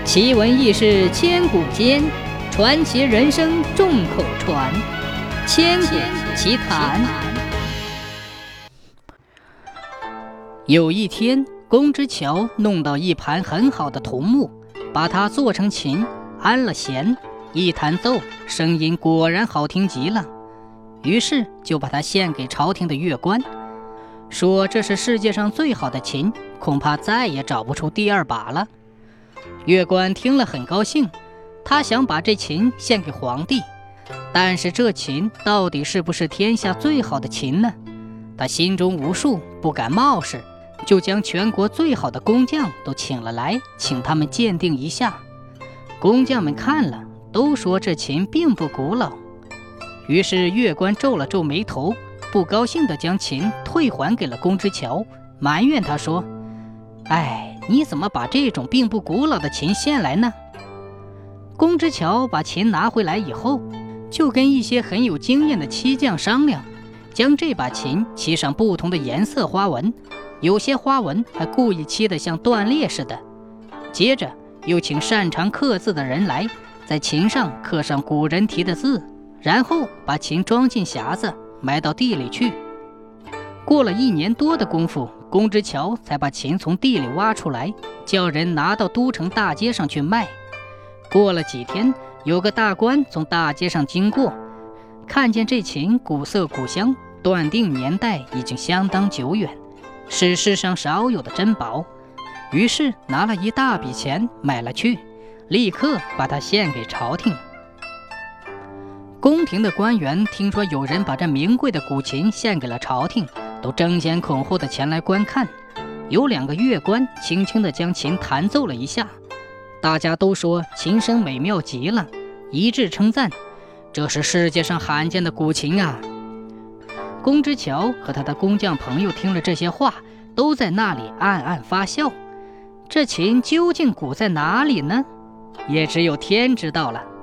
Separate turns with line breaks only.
奇闻异事千古间，传奇人生众口传。千古奇谈。有一天，公之乔弄到一盘很好的桐木，把它做成琴，安了弦，一弹奏，声音果然好听极了。于是就把它献给朝廷的乐官，说这是世界上最好的琴，恐怕再也找不出第二把了。乐官听了很高兴，他想把这琴献给皇帝，但是这琴到底是不是天下最好的琴呢？他心中无数，不敢冒失，就将全国最好的工匠都请了来，请他们鉴定一下。工匠们看了，都说这琴并不古老。于是乐官皱了皱眉头，不高兴地将琴退还给了公之乔，埋怨他说：哎，你怎么把这种并不古老的琴献来呢？公之乔把琴拿回来以后，就跟一些很有经验的漆匠商量，将这把琴漆上不同的颜色花纹，有些花纹还故意漆得像断裂似的。接着又请擅长刻字的人来，在琴上刻上古人题的字，然后把琴装进匣子，埋到地里去。过了1年多的功夫，公之乔才把琴从地里挖出来，叫人拿到都城大街上去卖。过了几天，有个大官从大街上经过，看见这琴古色古香，断定年代已经相当久远，是世上少有的珍宝，于是拿了一大笔钱买了去，立刻把它献给朝廷。宫廷的官员听说有人把这名贵的古琴献给了朝廷，都争先恐后的前来观看。有2个乐官轻轻地将琴弹奏了一下，大家都说琴声美妙极了，一致称赞这是世界上罕见的古琴啊。公之乔和他的工匠朋友听了这些话，都在那里暗暗发笑。这琴究竟古在哪里呢？也只有天知道了。